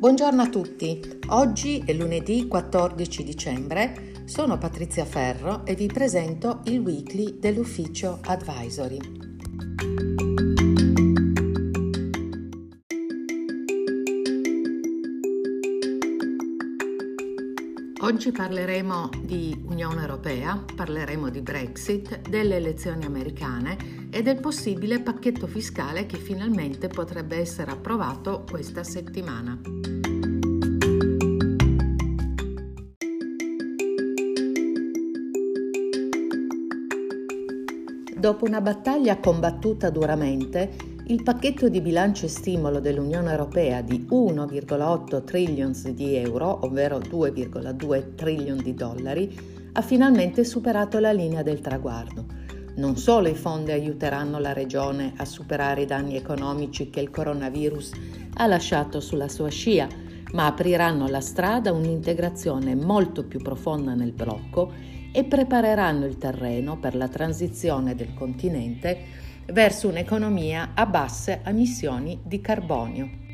Buongiorno a tutti, oggi è lunedì 14 dicembre, sono Patrizia Ferro e vi presento il weekly dell'ufficio Advisory. Oggi parleremo di Unione Europea, parleremo di Brexit, delle elezioni americane e del possibile pacchetto fiscale che finalmente potrebbe essere approvato questa settimana. Dopo una battaglia combattuta duramente, il pacchetto di bilancio e stimolo dell'Unione Europea di 1,8 trillions di euro, ovvero 2,2 trillion di dollari, ha finalmente superato la linea del traguardo. Non solo i fondi aiuteranno la regione a superare i danni economici che il coronavirus ha lasciato sulla sua scia, ma apriranno la strada a un'integrazione molto più profonda nel blocco e prepareranno il terreno per la transizione del continente verso un'economia a basse emissioni di carbonio.